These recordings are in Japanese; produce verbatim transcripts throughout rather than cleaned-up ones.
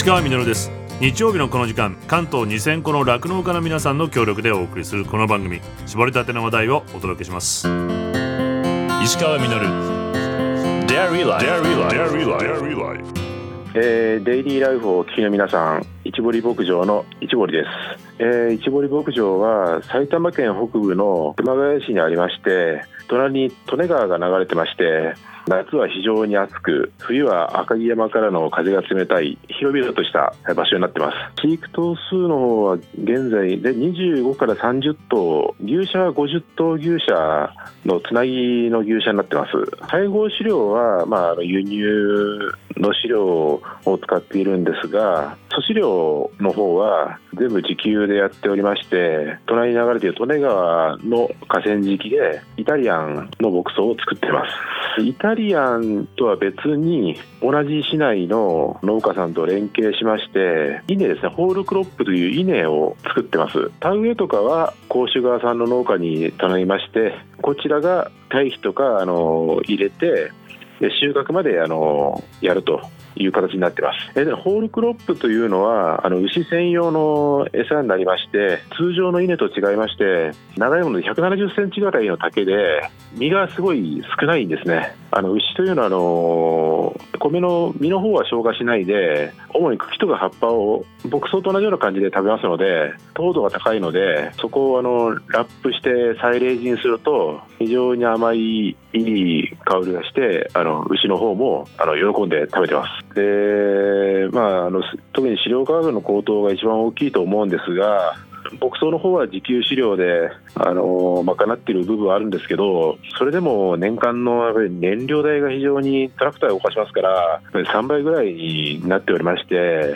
川みのるです。日曜日のこの時間、関東にせんこの酪農家の皆さんの協力でお送りするこの番組、絞りたての話題をお届けします。石川みのる Dairy Life、 えー、デイリーライフをお聞きの皆さん、市堀牧場の市堀です。えー、市堀牧場は埼玉県北部の熊谷市にありまして、隣に利根川が流れてまして、夏は非常に暑く、冬は赤城山からの風が冷たい広々とした場所になってます。飼育頭数の方は現在でにじゅうごからさんじゅっとう、牛舎はごじゅっとう牛舎のつなぎの牛舎になってます。配合飼料は、まあ、輸入の飼料を使っているんですが、粗飼料の方は全部自給でやっておりまして、隣に流れている利根川の河川敷でイタリアンの牧草を作っています。イタリアンとは別に同じ市内の農家さんと連携しまして、稲ですね、ホールクロップという稲を作ってます。田植えとかは甲州川さんの農家に頼みまして、こちらが堆肥とかあの入れて、で収穫まであのやるという形になっています。えでホールクロップというのはあの牛専用の餌になりまして、通常の稲と違いまして、長いものでひゃくななじゅっセンチぐらいの丈で、実がすごい少ないんですね。あの牛というのはあの米の実の方は消化しないで、主に茎とか葉っぱを牧草と同じような感じで食べますので、糖度が高いので、そこをあのラップしてサイレージにすると非常に甘いいい香りがして、あの牛の方もあの喜んで食べてます。で、まあ、あの特に飼料価格の高騰が一番大きいと思うんですが、牧草の方は自給飼料であの賄っている部分はあるんですけど、それでも年間のやっぱり燃料代が非常にトラクターを動かしますから、さんばいぐらいになっておりまして、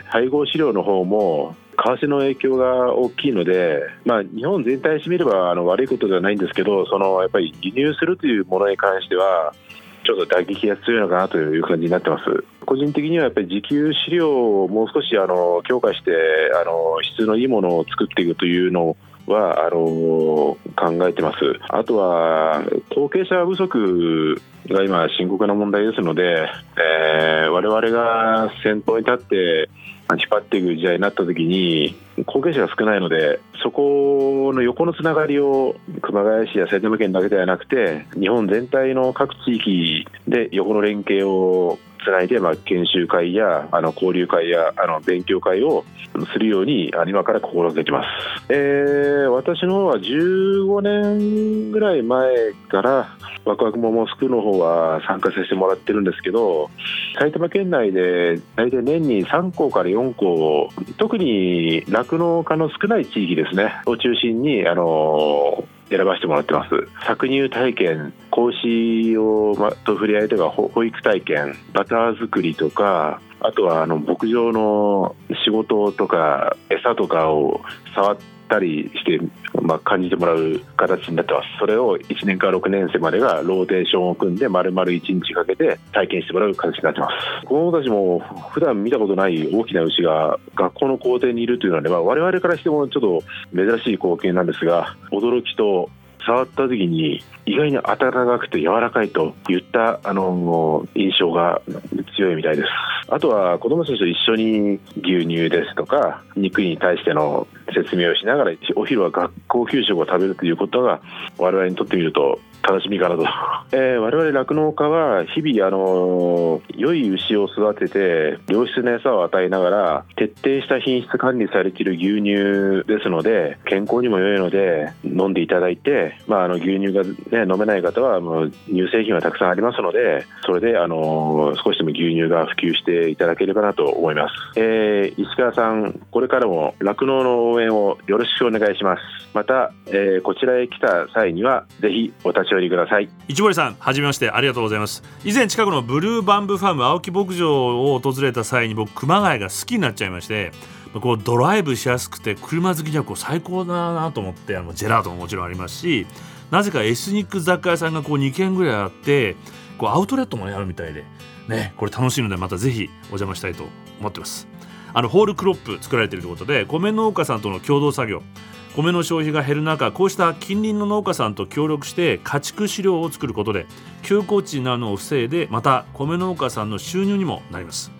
配合飼料の方も為替の影響が大きいので、まあ、日本全体してみればあの悪いことではないんですけど、そのやっぱり輸入するというものに関してはちょっと打撃が強いのかなという感じになってます。個人的にはやっぱり自給飼料をもう少しあの強化してあの質のいいものを作っていくというのはあの考えてます。あとは後継者不足が今深刻な問題ですので、えー、我々が先頭に立って引っ張っていく時代になった時に後継者が少ないので、そこの横のつながりを熊谷市や埼玉県だけではなくて日本全体の各地域で横の連携をつないで、まあ、研修会やあの交流会やあの勉強会をするように今から心がけています。えー、私の方はじゅうごねんぐらい前からワクワクモモスクの方は参加させてもらってるんですけど、埼玉県内で大体年にさんこうからよんこ、特に酪農家の少ない地域ですねを中心にあの選ばせてもらってます。搾乳体験、子牛を、ま、と触れ合いとか保育体験、バター作りとか、あとはあの牧場の仕事とか餌とかを触ったりして、まあ、感じてもらう形になってます。それをいちねんからろくねん生までがローテーションを組んで丸々いちにちかけて体験してもらう形になってます。子どもたちも普段見たことない大きな牛が学校の校庭にいるというのは、ね、まあ、我々からしてもちょっと珍しい光景なんですが、驚きと触った時に意外に温かくて柔らかいといったあの印象が強いみたいです。あとは子どもたちと一緒に牛乳ですとか肉に対しての説明をしながらお昼は学校給食を食べるということが我々にとってみると楽しみかなと、えー、我々酪農家は日々あの良い牛を育てて良質な餌を与えながら徹底した品質管理されている牛乳ですので、健康にも良いので飲んでいただいて、まあ、あの牛乳が、ね、飲めない方はもう乳製品はたくさんありますので、それであの少しでも牛乳が普及していただければなと思います。えー、石川さん、これからも酪農の応援をよろしくお願いします。また、えー、こちらへ来た際にはぜひお立ち寄りください。 市堀さん、はじめまして、ありがとうございます。以前近くのブルーバンブーファーム青木牧場を訪れた際に僕熊谷が好きになっちゃいまして、こうドライブしやすくて車好きにはこう最高だなと思って、あのジェラートももちろんありますし、なぜかエスニック雑貨屋さんがこうにけんぐらいあって、こうアウトレットもあるみたいで、ね、これ楽しいのでまたぜひお邪魔したいと思ってます。あのホールクロップ作られているということで、米農家さんとの共同作業、米の消費が減る中、こうした近隣の農家さんと協力して家畜飼料を作ることで休耕地になるのを防いで、また米農家さんの収入にもなります。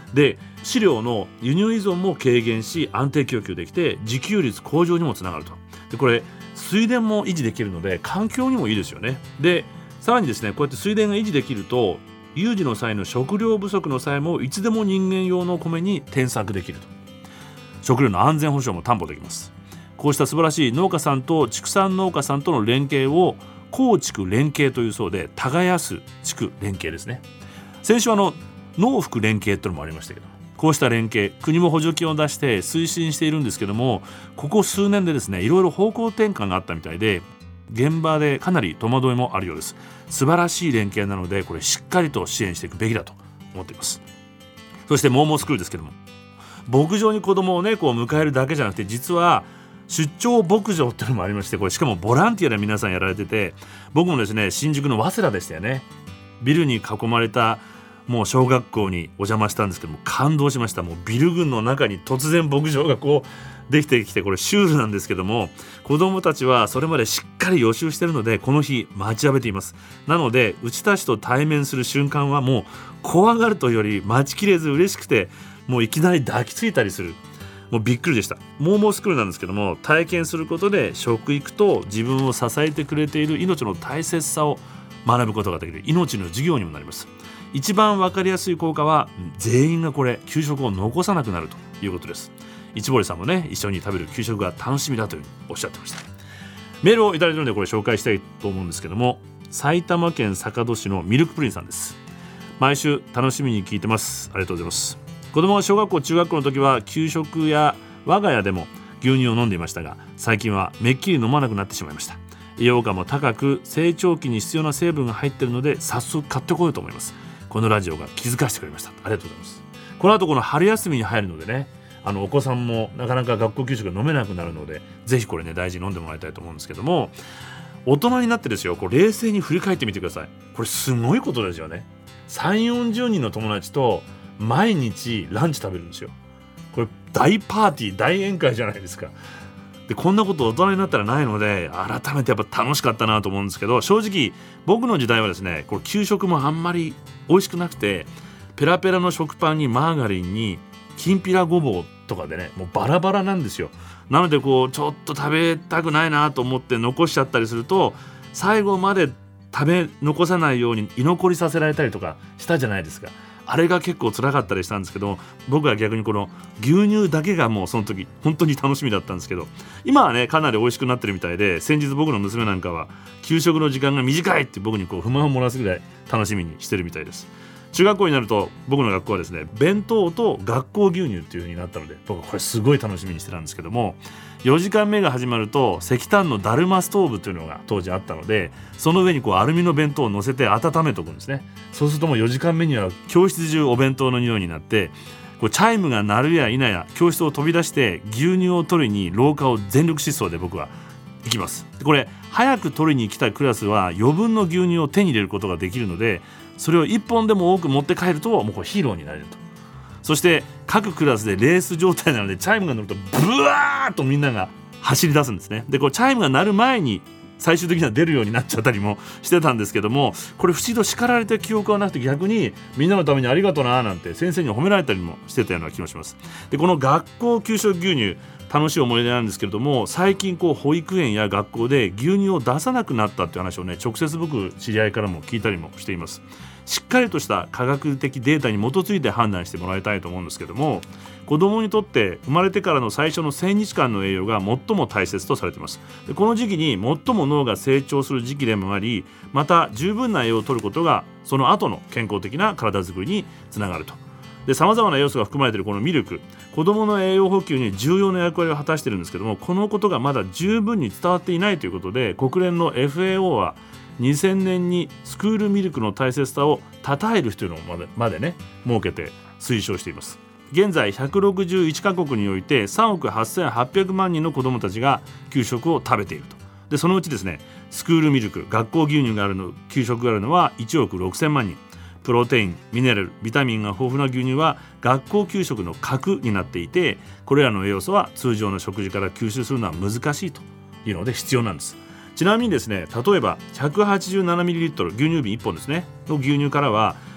で飼料の輸入依存も軽減し安定供給できて自給率向上にもつながると。でこれ水田も維持できるので環境にもいいですよね。でさらにですねこうやって水田が維持できると有事の際の食料不足の際もいつでも人間用の米に転作できると。食料の安全保障も担保できます。こうした素晴らしい農家さんと畜産農家さんとの連携を耕畜連携というそうで、耕す地区連携ですね。先週あの農福連携というのもありましたけど、こうした連携国も補助金を出して推進しているんですけども、ここ数年でですねいろいろ方向転換があったみたいで現場でかなり戸惑いもあるようです。素晴らしい連携なのでこれしっかりと支援していくべきだと思っています。そしてモーモースクールですけども、牧場に子供をねこう迎えるだけじゃなくて実は出張牧場っていうのもありまして、これしかもボランティアで皆さんやられてて、僕もですね新宿の早稲田でしたよね。ビルに囲まれたもう小学校にお邪魔したんですけども感動しました。もうビル群の中に突然牧場がこうできてきて、これシュールなんですけども、子どもたちはそれまでしっかり予習しているのでこの日待ちわびています。なのでうちたちと対面する瞬間はもう怖がるというより待ちきれず嬉しくて、もういきなり抱きついたりする、もうびっくりでした。モーモースクールなんですけども、体験することで食育と自分を支えてくれている命の大切さを学ぶことができる命の授業にもなります。一番分かりやすい効果は全員がこれ給食を残さなくなるということです。一堀さんもね一緒に食べる給食が楽しみだというふうにおっしゃってました。メールをいただいているのでこれ紹介したいと思うんですけども、埼玉県坂戸市のミルクプリンさんです。毎週楽しみに聞いてます。ありがとうございます。子供が小学校中学校の時は給食や我が家でも牛乳を飲んでいましたが、最近はめっきり飲まなくなってしまいました。栄養価も高く成長期に必要な成分が入っているので早速買ってこようと思います。このラジオが気づかせてくれました。ありがとうございます。この後この春休みに入るのでね、あのお子さんもなかなか学校給食が飲めなくなるのでぜひこれね大事に飲んでもらいたいと思うんですけども、大人になってですよこう冷静に振り返ってみてください。これすごいことですよね。さんじゅう、よんじゅうにんの友達と毎日ランチ食べるんですよ。これ大パーティー大宴会じゃないですか。でこんなこと大人になったらないので改めてやっぱ楽しかったなと思うんですけど、正直僕の時代はですねこれ給食もあんまり美味しくなくて、ペラペラの食パンにマーガリンにきんぴらごぼうとかでねもうバラバラなんですよ。なのでこうちょっと食べたくないなと思って残しちゃったりすると最後まで食べ残さないように居残りさせられたりとかしたじゃないですか。あれが結構辛かったりしたんですけど、僕は逆にこの牛乳だけがもうその時本当に楽しみだったんですけど、今はねかなり美味しくなってるみたいで、先日僕の娘なんかは給食の時間が短いって僕にこう不満を漏らすぐらい楽しみにしてるみたいです。中学校になると僕の学校はですね弁当と学校牛乳っていう風になったので、僕はこれすごい楽しみにしてたんですけども、よじかんめが始まると石炭のだるまストーブというのが当時あったので、その上にこうアルミの弁当を乗せて温めておくんですね。そうするともうよじかんめには教室中お弁当の匂いになって、こうチャイムが鳴るや否や教室を飛び出して牛乳を取りに廊下を全力疾走で僕は行きます。これ早く取りに来たクラスは余分の牛乳を手に入れることができるので、それをいっぽんでも多く持って帰るともうこれヒーローになれると。そして各クラスでレース状態なのでチャイムが鳴るとブワーッとみんなが走り出すんですね。でこうチャイムが鳴る前に最終的には出るようになっちゃったりもしてたんですけども、これ不思議と叱られた記憶はなくて、逆にみんなのためにありがとうななんて先生に褒められたりもしてたような気もします。でこの学校給食牛乳楽しい思い出なんですけれども、最近こう保育園や学校で牛乳を出さなくなったっていう話をね直接僕知り合いからも聞いたりもしています。しっかりとした科学的データに基づいて判断してもらいたいと思うんですけども、子どもにとって生まれてからの最初のせんにちかんの栄養が最も大切とされています。でこの時期に最も脳が成長する時期でもあり、また十分な栄養を摂ることがその後の健康的な体づくりにつながると。で様々な要素が含まれているこのミルク、子どもの栄養補給に重要な役割を果たしているんですけども、このことがまだ十分に伝わっていないということで、国連の エフエーオー はにせんねんにスクールミルクの大切さを称えるというのをまで、までね設けて推奨しています。現在ひゃくろくじゅういちカ国においてさんおくはっせんはっぴゃくまんにんの子どもたちが給食を食べていると。でそのうちですねスクールミルク、学校牛乳があるの給食があるのはいちおくろくせんまんにん。プロテイン、ミネラル、ビタミンが豊富な牛乳は学校給食の核になっていて、これらの栄養素は通常の食事から吸収するのは難しいというので必要なんです。ちなみにですね、例えば ひゃくはちじゅうななミリリットル 牛乳瓶いっぽんですねの牛乳からは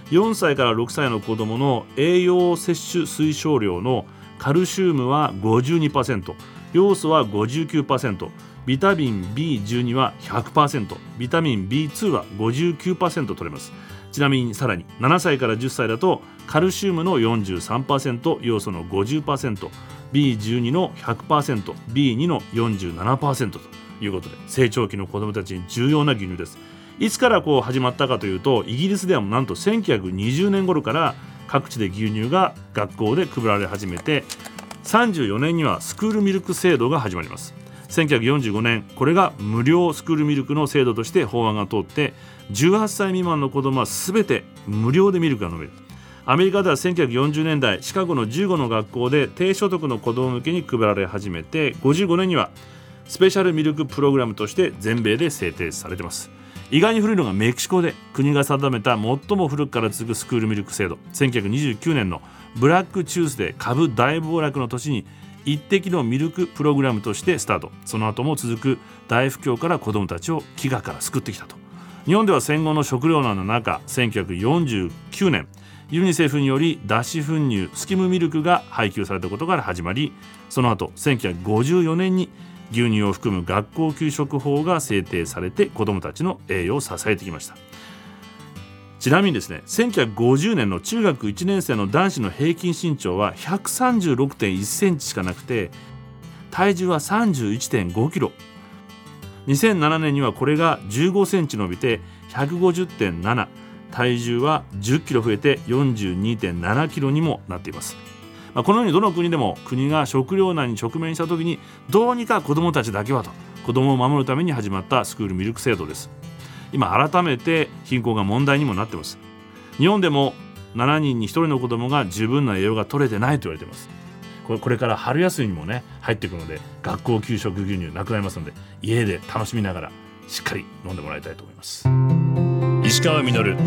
よんさいからろくさいの子どもの栄養摂取推奨量のカルシウムは ごじゅうにパーセント、 要素は ごじゅうきゅうパーセント、 ビタミン ビーじゅうに は ひゃくパーセント、 ビタミン ビーツー は ごじゅうきゅうパーセント 取れます。ちなみにさらにななさいからじゅっさいだとカルシウムの よんじゅうさんパーセント、 要素の ごじゅっパーセント、 ビーじゅうに の ひゃくパーセント、 ビーツー の よんじゅうななパーセント ということで、成長期の子どもたちに重要な牛乳です。いつからこう始まったかというと、イギリスではなんとせんきゅうひゃくにじゅうねん頃から各地で牛乳が学校で配られ始めて、さんじゅうよねんにはスクールミルク制度が始まります。せんきゅうひゃくよんじゅうごねん、これが無料スクールミルクの制度として法案が通って、じゅうはっさい未満の子どもは全て無料でミルクが飲める。アメリカではせんきゅうひゃくよんじゅうねんだい、シカゴのじゅうごの学校で低所得の子ども向けに配られ始めて、ごじゅうごねんにはスペシャルミルクプログラムとして全米で制定されています。意外に古いのがメキシコで国が定めた最も古くから続くスクールミルク制度、せんきゅうひゃくにじゅうきゅうねんのブラックチューズデー株大暴落の年に一滴のミルクプログラムとしてスタート。その後も続く大不況から子どもたちを飢餓から救ってきたと。日本では戦後の食糧難の中、せんきゅうひゃくよんじゅうきゅうねんユニセフにより脱脂粉乳スキムミルクが配給されたことから始まり、その後せんきゅうひゃくごじゅうよねんに牛乳を含む学校給食法が制定されて、子どもたちの栄養を支えてきました。ちなみにですね、せんきゅうひゃくごじゅうねんの中学いちねん生の男子の平均身長は ひゃくさんじゅうろくてんいちセンチしかなくて、体重は さんじゅういちてんごキロ。にせんななねんにはこれがじゅうごセンチ伸びて ひゃくごじゅってんなな、体重はじゅっキロ増えて よんじゅうにてんななキロにもなっています。まあ、このようにどの国でも国が食糧難に直面した時にどうにか子どもたちだけはと子どもを守るために始まったスクールミルク制度です。今改めて貧困が問題にもなっています。日本でもしちにんにひとりの子どもが十分な栄養が取れてないと言われています。これ、これから春休みにもね入っていくので、学校給食牛乳なくなりますので、家で楽しみながらしっかり飲んでもらいたいと思います。石川みのる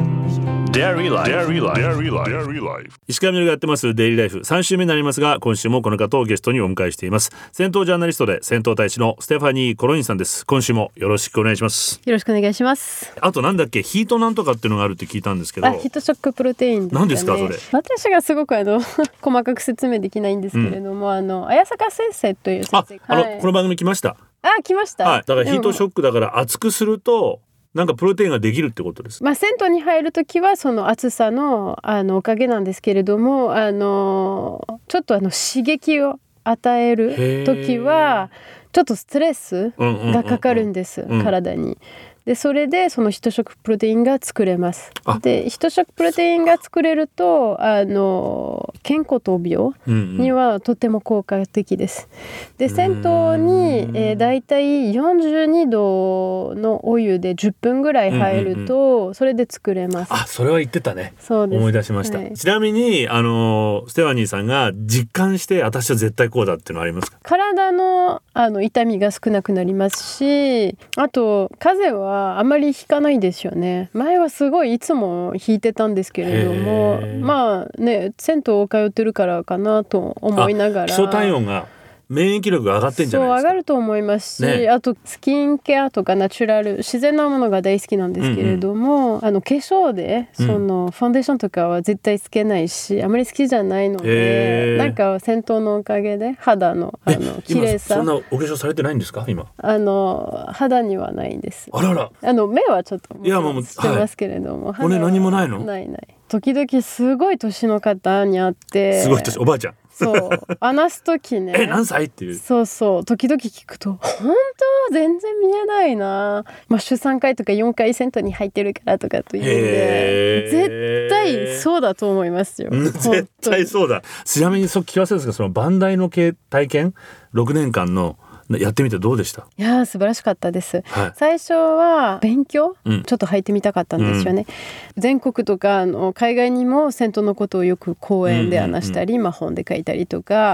Dairy Life. Dairy Life. Dairy Life. 石川みのるがやってますデイリーライフさん週目になりますが、今週もこの方をゲストにお迎えしています。戦闘ジャーナリストで戦闘大使のステファニー・コロインさんです。今週もよろしくお願いします。 よろしくお願いします。 あとなんだっけ、ヒートなんとかっていうのがあるって聞いたんですけど、 あ、ヒートショックプロテインですかね。 何ですかそれ。 私がすごくあの細かく説明できないんですけれども、うん、あの綾坂先生という先生、 あ、あの、 はい、 この番組来ました。 あ、来ました、 はい、だからヒートショックだから熱くするとなんかプロテインができるってことです。 まあ、銭湯に入るときはその暑さ の, あのおかげなんですけれども、あのちょっとあの刺激を与えるときはちょっとストレスがかかるんです、うんうんうんうん、体に。でそれでそのヒトショックプロテインが作れます。でヒトショックプロテインが作れるとあの健康闘病にはとても効果的です。で銭湯に、えー、だいたいよんじゅうにどのお湯でじゅっぷんぐらい入ると、うんうん、それで作れます。 あ、それは言ってたね。 そうです。 思い出しました、 はい、 ちなみにあのステファニーさんが実感して私は絶対こうだっていうのはありますか？ 体 の, あの痛みが少なくなりますし、あと風邪はあまり引かないですよね。前はすごいいつも引いてたんですけれども、まあね、銭湯を通ってるからかなと思いながら。 基礎体温が免疫力が上がってんじゃないですか。 そう上がると思いますし、ね、あとスキンケアとかナチュラル自然なものが大好きなんですけれども、うんうん、あの化粧でそのファンデーションとかは絶対つけないし、あまり好きじゃないので、なんか銭湯のおかげで肌 の, あの綺麗さ。 そんなお化粧されてないんですか今？ あの肌にはないんです。 あらら。 あの目はちょっといやもうしてますけれども、 はい、骨何もないの？ ないない。時々すごい年の方に会って、 すごい年、おばあちゃん。 そう話すときねえ何歳っていう、 そうそう時々聞くと本当全然見えないな、まあ、週さんかいとかよんかい銭湯に入ってるからとかというんで、絶対そうだと思いますよ。 絶対そうだ。ちなみにそう聞かせるんですか、そのバンダイの系体験ろくねんかんのやってみてどうでした？ いや素晴らしかったです、はい、最初は勉強、うん、ちょっと入ってみたかったんですよね、うん、全国とかの海外にも銭湯のことをよく講演で話したり、うんうんうん、まあ、本で書いたりとか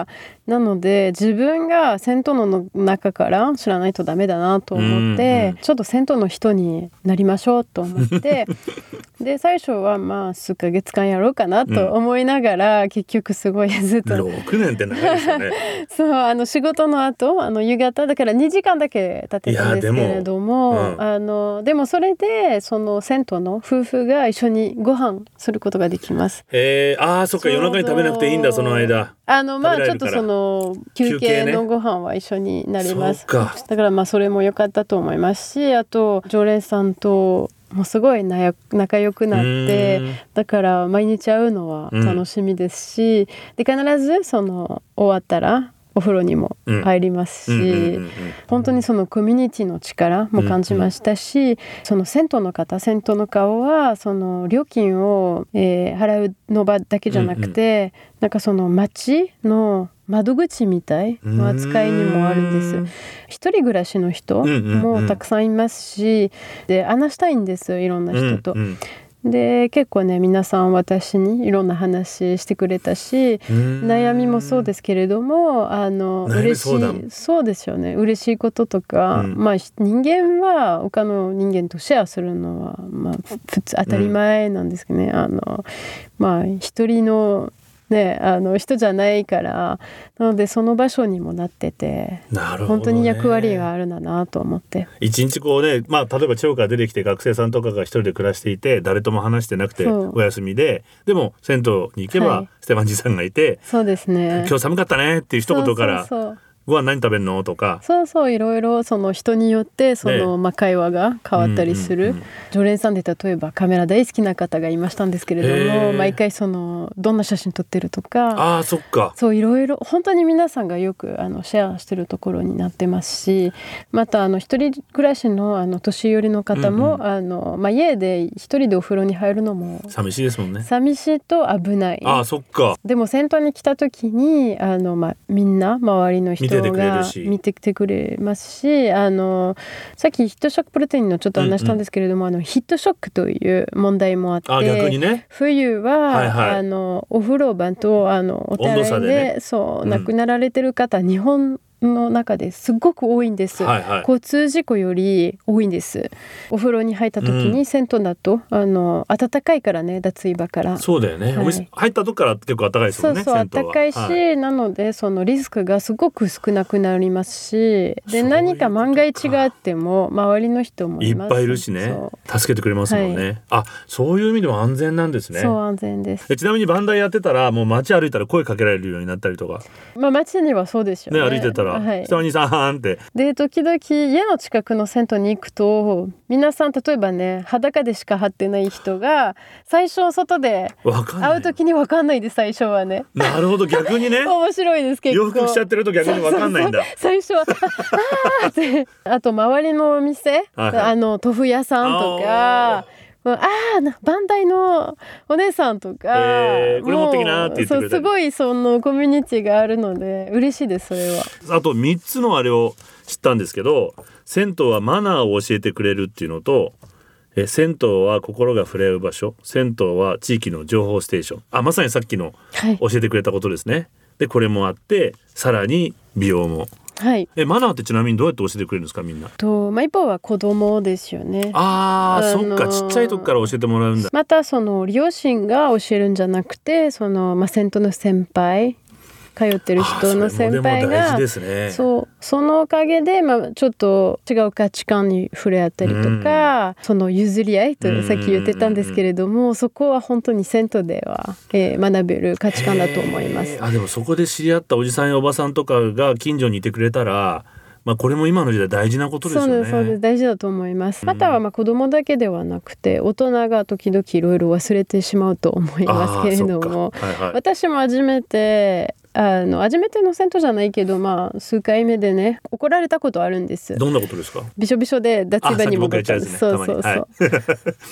なので自分が銭湯の中から知らないとダメだなと思って、うんうん、ちょっと銭湯の人になりましょうと思ってで最初はまあ数ヶ月間やろうかなと思いながら、うん、結局すごいずっとろくねんって長いですよねそうあの仕事の後あの夕方だからにじかんだけ経ってたんですけれども、うん、あのでもそれでその銭湯の夫婦が一緒にご飯することができます。 へー、あーそっか、夜中に食べなくていいんだその間。 あのまあちょっとその休憩のご飯は一緒になります。かだからまあそれも良かったと思いますし、あと常連さんともうすごい仲良くなってだから毎日会うのは楽しみですし、うん、で必ずその終わったらお風呂にも入りますし、本当にそのコミュニティの力も感じましたし、うんうん、その銭湯の方銭湯の顔はその料金を、えー、払うの場だけじゃなくて、うんうん、なんかその街の窓口みたいの扱いにもあるんです。一人暮らしの人もたくさんいますし、で話したいんですいろんな人と、うんうんで結構ね皆さん私にいろんな話してくれたし、悩みもそうですけれどもあの嬉しいそうですよね嬉しいこととか、うん、まあ人間は他の人間とシェアするのは、まあ、普通当たり前なんですけどね、うん、あのまあ一人のね、あの人じゃないからなのでその場所にもなっててなるほど、ね、本当に役割があるんだなと思って一日こうね、まあ、例えば地方から出てきて学生さんとかが一人で暮らしていて誰とも話してなくてお休みででも銭湯に行けばステファンジーさんがいて、 そうですね、 今日寒かったねっていう一言からそうそうそうご飯何食べんのとかそうそういろいろその人によってその、ねまあ、会話が変わったりする、うんうんうん、常連さんで例えばカメラ大好きな方がいましたんですけれども毎回そのどんな写真撮ってるとかあそっかそういろいろ本当に皆さんがよくあのシェアしてるところになってますしまたあの一人暮らし の, あの年寄りの方も、うんうんあのまあ、家で一人でお風呂に入るのも寂しいですもんね寂しいと危ないあそっかでも銭湯に来た時にあの、まあ、みんな周りの人見ててくれるし見てきてくれますしあのさっきヒットショックプロテインのちょっと話したんですけれども、うんうん、あのヒットショックという問題もあってあ逆に、ね、 冬は、はいはい、あのお風呂場とあのお手洗い で, で、ね、そう、うん、亡くなられてる方日本の中ですごく多いんです、はいはい、交通事故より多いんです。お風呂に入った時に、うん、銭湯だとあの暖かいからね脱衣場からそうだよね、はい、お店入った時から結構暖かいですもんね。 そうそう暖かいし、はい、なのでそのリスクがすごく少なくなりますしで何か万が一があっても周りの人もいますいっぱいいるしね助けてくれますもんね、はい、あそういう意味でも安全なんですね。 そう安全ですちなみにバンダイやってたらもう街歩いたら声かけられるようになったりとかまあ街にはそうですよねね歩いてたらはい、下にさんってで時々家の近くの銭湯に行くと皆さん例えばね裸でしか張ってない人が最初外で会う時に分かんないで最初はねなるほど逆にね面白いです結構洋服しちゃってると逆に分かんないんだそうそうそう最初はあーってあと周りのお店、はいはい、あの豆腐屋さんとかああバンダイのお姉さんとか、 えー、これ持ってきなって言ってくれたりそうすごいそのコミュニティがあるので嬉しいですそれは。 あとみっつのあれを知ったんですけど銭湯はマナーを教えてくれるっていうのとえ銭湯は心が触れ合う場所銭湯は地域の情報ステーションあまさにさっきの教えてくれたことですね、はい、でこれもあってさらに美容もはい、 えマナーってちなみにどうやって教えてくれるんですかみんなと、まあ、一方は子供ですよね。 あー、あそっかちっちゃい時から教えてもらうんだ。 またその両親が教えるんじゃなくてその、まあ、銭湯の先輩通ってる人の先輩が、 ね、 そうそのおかげで、まあ、ちょっと違う価値観に触れ合ったりとか、うん、その譲り合いとさっき言ってたんですけれども、うん、そこは本当に銭湯では、えー、学べる価値観だと思います。 あでもそこで知り合ったおじさんやおばさんとかが近所にいてくれたらまあ、これも今の時代大事なことですよね。 そうですそうです大事だと思います、うん、またはまあ子供だけではなくて大人が時々いろいろ忘れてしまうと思いますけれども、はいはい、私も初めてあの初めての銭湯じゃないけど、まあ、数回目でね怒られたことあるんです。 どんなことですか？ びしょびしょで脱衣場に戻ったんです、ね、そうそうそう、はい、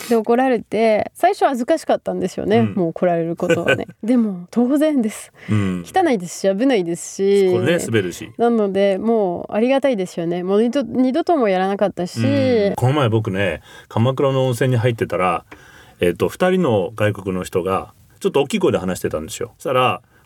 で怒られて最初は恥ずかしかったんですよね、うん、もう怒られることはねでも当然です、うん、汚いですし危ないですし、 これね、滑るしなのでもうありがたいですよね。もう二度、二度ともやらなかったし、 うん、この前僕ね鎌倉の温泉に入ってたら、えーと、ふたりの外国の人がちょっと大きい声で話してたんですよ。そしたら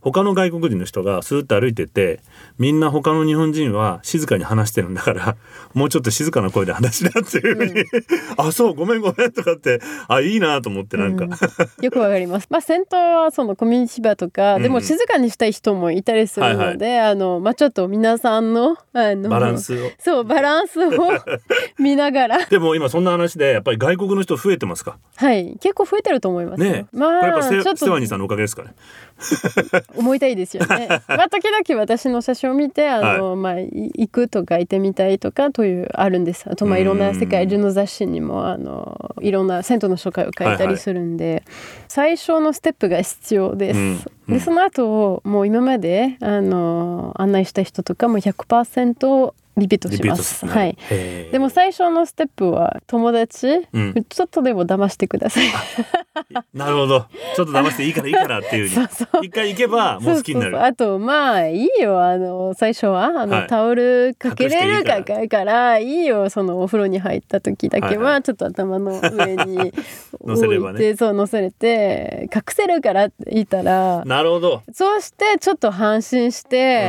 他の外国人の人がスーッと歩いてて、みんな他の日本人は静かに話してるんだからもうちょっと静かな声で話しなっていうふうに、うん、あそうごめんごめんとかってあいいなと思ってなんか、うん、 よくわかります。まあ銭湯はそのコミュニティバーとか、うん、でも静かにしたい人もいたりするので、はいはい、あのまあちょっと皆さんのあのバランスをそうバランスを見ながらでも今そんな話でやっぱり外国の人増えてますか？ はい結構増えてると思いますね。まあこれやっぱセセワニーさんのおかげですかね思いたいですよねまあ時々私の写真を見てあの、はいまあ、行くとか行ってみたいとかというあるんです。あとまあいろんな世界中の雑誌にもあのいろんな銭湯の紹介を書いたりするんで、はいはい、最初のステップが必要です、うんうん、でその後もう今まであの案内した人とかも ひゃくパーセントリピートします、はい、でも最初のステップは友達、うん、ちょっとでも騙してくださいなるほどちょっと騙していいからいいからっていう風にそうそう一回行けばもう好きになる。 そうそうそうあとまあいいよあの最初はあの、はい、タオルかけれるかかいからいいよそのお風呂に入った時だけはちょっと頭の上に乗せればねそう乗せれて隠せるからって言ったらなるほどそうしてちょっと安心して、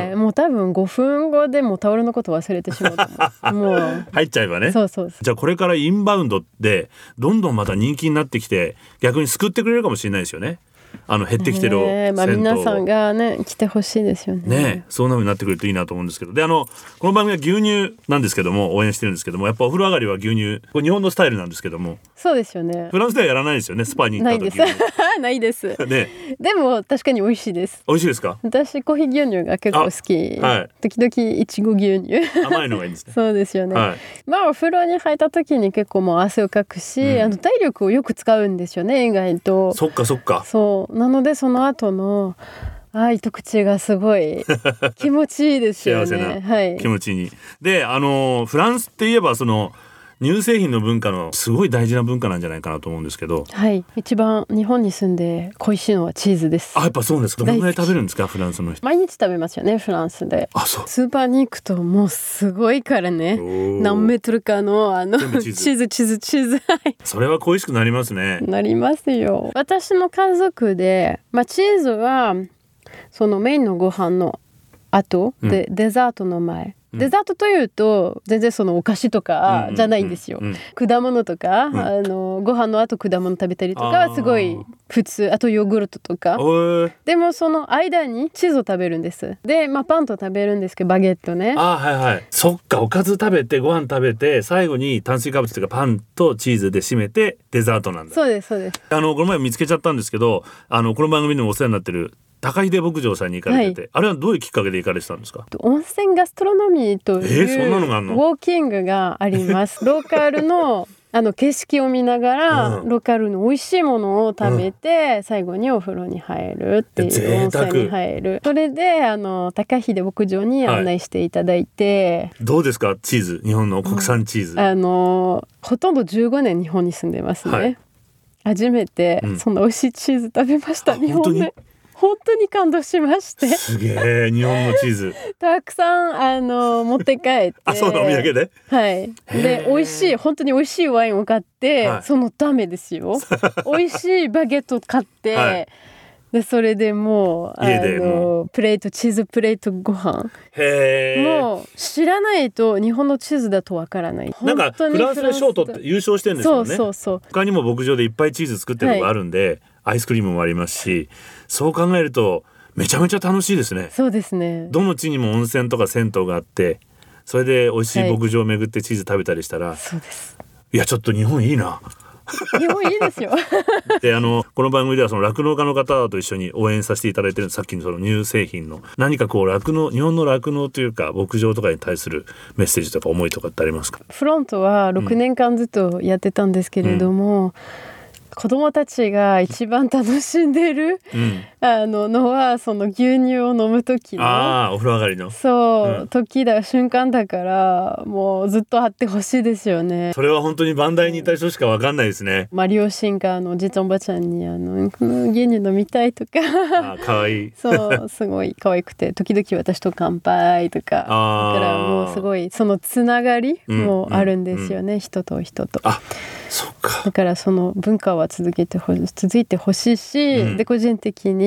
うん、もう多分ごふんごでもうタオルのこと忘れてしまうと思うもう入っちゃえばね。 そうそうそう。 じゃあこれからインバウンドでどんどんまた人気になってきて逆に救ってくれるかもしれないですよね。あの減ってきてる銭湯、 えーまあ、皆さんがね来てほしいですよね。 ねそんな風になってくるといいなと思うんですけどであのこの番組は牛乳なんですけども応援してるんですけどもやっぱお風呂上がりは牛乳これ日本のスタイルなんですけどもそうですよね。 フランスではやらないですよねスパに行った時ないですないです、ね、でも確かに美味しいです。 美味しいですか？ 私コーヒー牛乳が結構好き、はい、時々いちご牛乳甘いのがいいんですねそうですよね、はい、まあお風呂に入った時に結構もう汗をかくし、うん、あの体力をよく使うんですよね意外と。 そっかそっかそうなのでその後のあ一口がすごい気持ちいいですよね幸せなはい、 気持ちにであのフランスって言えばその乳製品の文化のすごい大事な文化なんじゃないかなと思うんですけどはい一番日本に住んで恋しいのはチーズです。 あやっぱそうですか。どのぐらい食べるんですかフランスの人？ 毎日食べますよねフランスで。 あそうスーパーに行くともうすごいからね何メートルかのあのチーズチーズチーズそれは恋しくなりますね。 なりますよ。私の家族で、まあ、チーズはそのメインのご飯の後で、うん、デザートの前デザートというと全然そのお菓子とかじゃないんですよ、うんうんうん、果物とか、うん、あのご飯の後果物食べたりとかはすごい普通。あとヨーグルトとかでもその間にチーズを食べるんですで、まあ、パンと食べるんですけどバゲットね。 あはいはいそっかおかず食べてご飯食べて最後に炭水化物というかパンとチーズで締めてデザートなんだ。 そうですそうです。 あのこの前見つけちゃったんですけどあのこの番組でもお世話になってる高秀牧場さんに行かれてて、はい、あれはどういうきっかけで行かれてたんですか？ 温泉ガストロノミーというウォーキングがありますローカルのあの景色を見ながら、うん、ローカルの美味しいものを食べて、うん、最後にお風呂に入るっていう温泉に入る。それであの高秀牧場に案内していただいて、 はい、どうですかチーズ日本の国産チーズ、 うん、あのほとんどじゅうごねん日本に住んでますね、はい、初めてそんな美味しいチーズ食べました、うん、日本で本当に感動しまして。 すげえ日本のチーズたくさんあの持って帰ってあそうなお土産ではいで美味しい本当に美味しいワインを買って、はい、そのためですよ美味しいバゲット買って、はい、でそれでもうあのプレートチーズプレートご飯へもう知らないと日本のチーズだとわからない。 なんかフランスで賞を取って優勝してるんですよね。 そうそうそう他にも牧場でいっぱいチーズ作ってるとこあるんで、はい、アイスクリームもありますしそう考えるとめちゃめちゃ楽しいですね。 そうですね。 どの地にも温泉とか銭湯があってそれで美味しい牧場を巡ってチーズ食べたりしたら、はい、 そうです。 いやちょっと日本いいな日本いいですよであのこの番組ではその酪農家の方と一緒に応援させていただいてるさっきのその乳製品の何かこう酪農日本の酪農というか牧場とかに対するメッセージとか思いとかってありますか？ フロントはろくねんかんずっとやってたんですけれども、うん子供たちが一番楽しんでる、うん、あののはその牛乳を飲む時のあお風呂上がりのそう、 うん、 時だ瞬間だからもうずっとあってほしいですよね。 それは本当に番台にいた人しか分かんないですね。 まあ両親があのおじいちゃんおばちゃんにあのこの牛乳飲みたいとかあかわいいそうすごい可愛くて時々私と乾杯とかだからもうすごいそのつながりもあるんですよね、うんうんうん、人と人と。 あそっか。 だからその文化は続けてほ続いてほしいし、うん、で個人的に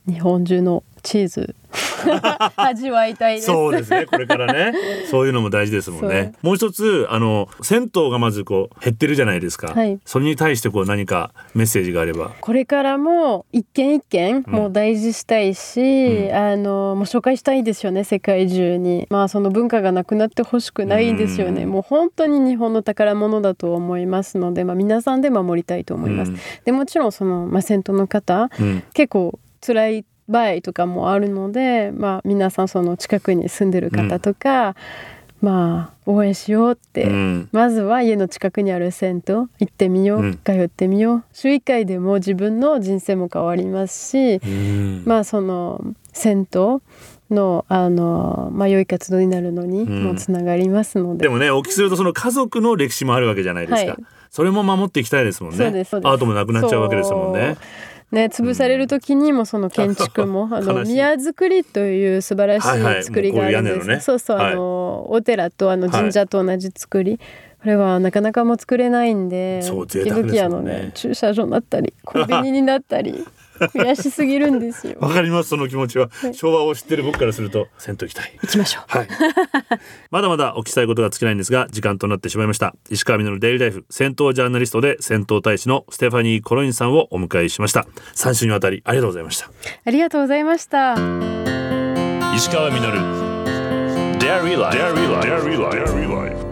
日本中のチーズ味わいたいです。 そうですね、これからねそういうのも大事ですもんね。もう一つあの銭湯がまずこう減ってるじゃないですか、はい、それに対してこう何かメッセージがあれば。 これからも一軒一軒もう大事したいし、うん、あのもう紹介したいですよね、世界中に。まあその文化がなくなってほしくないんですよね、うん、もう本当に日本の宝物だと思いますので、まあ、皆さんで守りたいと思います、うん、でもちろんその、まあ、銭湯の方、うん、結構辛い場合とかもあるので、まあ、皆さんその近くに住んでる方とか、うん、まあ応援しようって、うん、まずは家の近くにある銭湯行ってみよう、うん、通ってみよう。週いっかいでも自分の人生も変わりますし、うん、まあその銭湯のあの、まあ、良い活動になるのにもつながりますので、 うん、でもね、お聞きするとその家族の歴史もあるわけじゃないですか、はい、それも守っていきたいですもんね。 そうですそうです。 アートもなくなっちゃうわけですもんね。 ね、潰される時にもその建築も、うん、あの宮造りという素晴らしい作りがあるんです、はいはい、ね、そうそう、はい、あのお寺とあの神社と同じ作り、はい、これはなかなかもう作れないんで、 そう贅沢ですよね。時々あのね、 駐車場になったりコンビニになったり悔しすぎるんですよ。 わかります、その気持ちは、はい、昭和を知ってる僕からすると銭湯行きたい。 行きましょう、 はい、まだまだお聞きしたいことが尽きないんですが時間となってしまいました。石川稔デイリーライフ銭湯ジャーナリストで銭湯大使のステファニー・コロインさんをお迎えしました。さん週にわたりありがとうございました。 ありがとうございました。 石川稔デイリーライフ、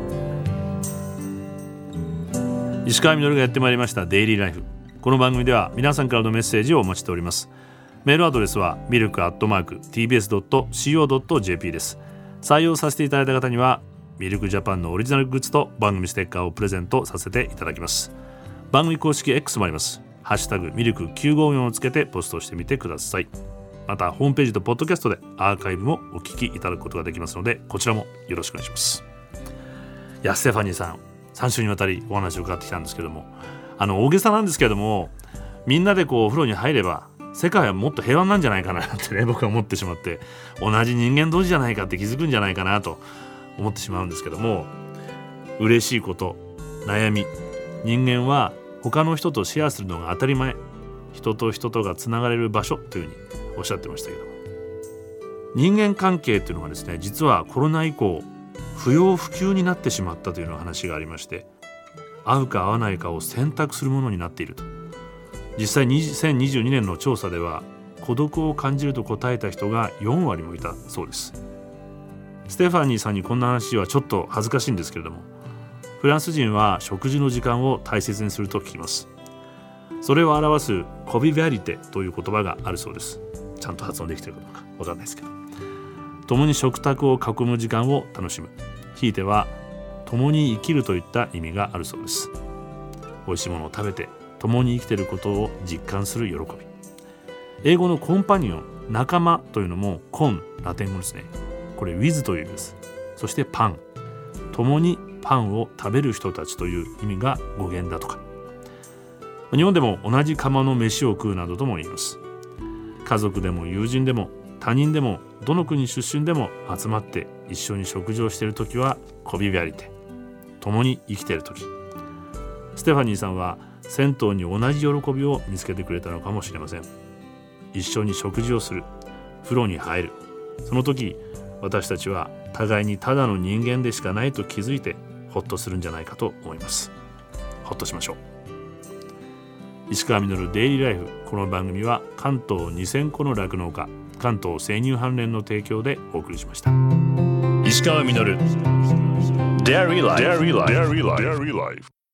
石川稔がやってまいりましたデイリーライフ。この番組では皆さんからのメッセージをお待ちしております。メールアドレスはミルクアットマーク ティービーエスドットシーオードットジェーピー です。採用させていただいた方にはミルクジャパンのオリジナルグッズと番組ステッカーをプレゼントさせていただきます。番組公式 X もあります。ハッシュタグミルクきゅうごよんをつけてポストしてみてください。またホームページとポッドキャストでアーカイブもお聞きいただくことができますので、こちらもよろしくお願いします。いや、ステファニーさん、さん週にわたりお話を伺ってきたんですけども、あの大げさなんですけれども、みんなでこうお風呂に入れば世界はもっと平和なんじゃないかなってね、僕は思ってしまって、同じ人間同士じゃないかって気づくんじゃないかなと思ってしまうんですけども、嬉しいこと、悩み、人間は他の人とシェアするのが当たり前、人と人とがつながれる場所というふうにおっしゃってましたけども、人間関係というのがですね、実はコロナ以降不要不急になってしまったというような話がありまして、会うか会わないかを選択するものになっていると。実際にせんにじゅうにねんの調査では孤独を感じると答えた人がよんわりもいたそうです。ステファニーさんにこんな話はちょっと恥ずかしいんですけれども、フランス人は食事の時間を大切にすると聞きます。それを表すコビビャリテという言葉があるそうです。ちゃんと発音できているかどうかわかんないですけど、共に食卓を囲む時間を楽しむ、ひいては共に生きるといった意味があるそうです。美味しいものを食べて共に生きていることを実感する喜び。英語のコンパニオン、仲間というのもコン、ラテン語ですね。これ with という意味です。そしてパン、共にパンを食べる人たちという意味が語源だとか。日本でも同じ釜の飯を食うなどとも言います。家族でも友人でも他人でもどの国出身でも集まって一緒に食事をしているときはコビビャリテ、共に生きているとき。ステファニーさんは銭湯に同じ喜びを見つけてくれたのかもしれません。一緒に食事をする、風呂に入る、その時私たちは互いにただの人間でしかないと気づいてホッとするんじゃないかと思います。ホッとしましょう。石川稔デイリーライフ、この番組は関東にせんこの酪農家、関東生乳関連の提供でお送りしました。石川稔デイリーライフ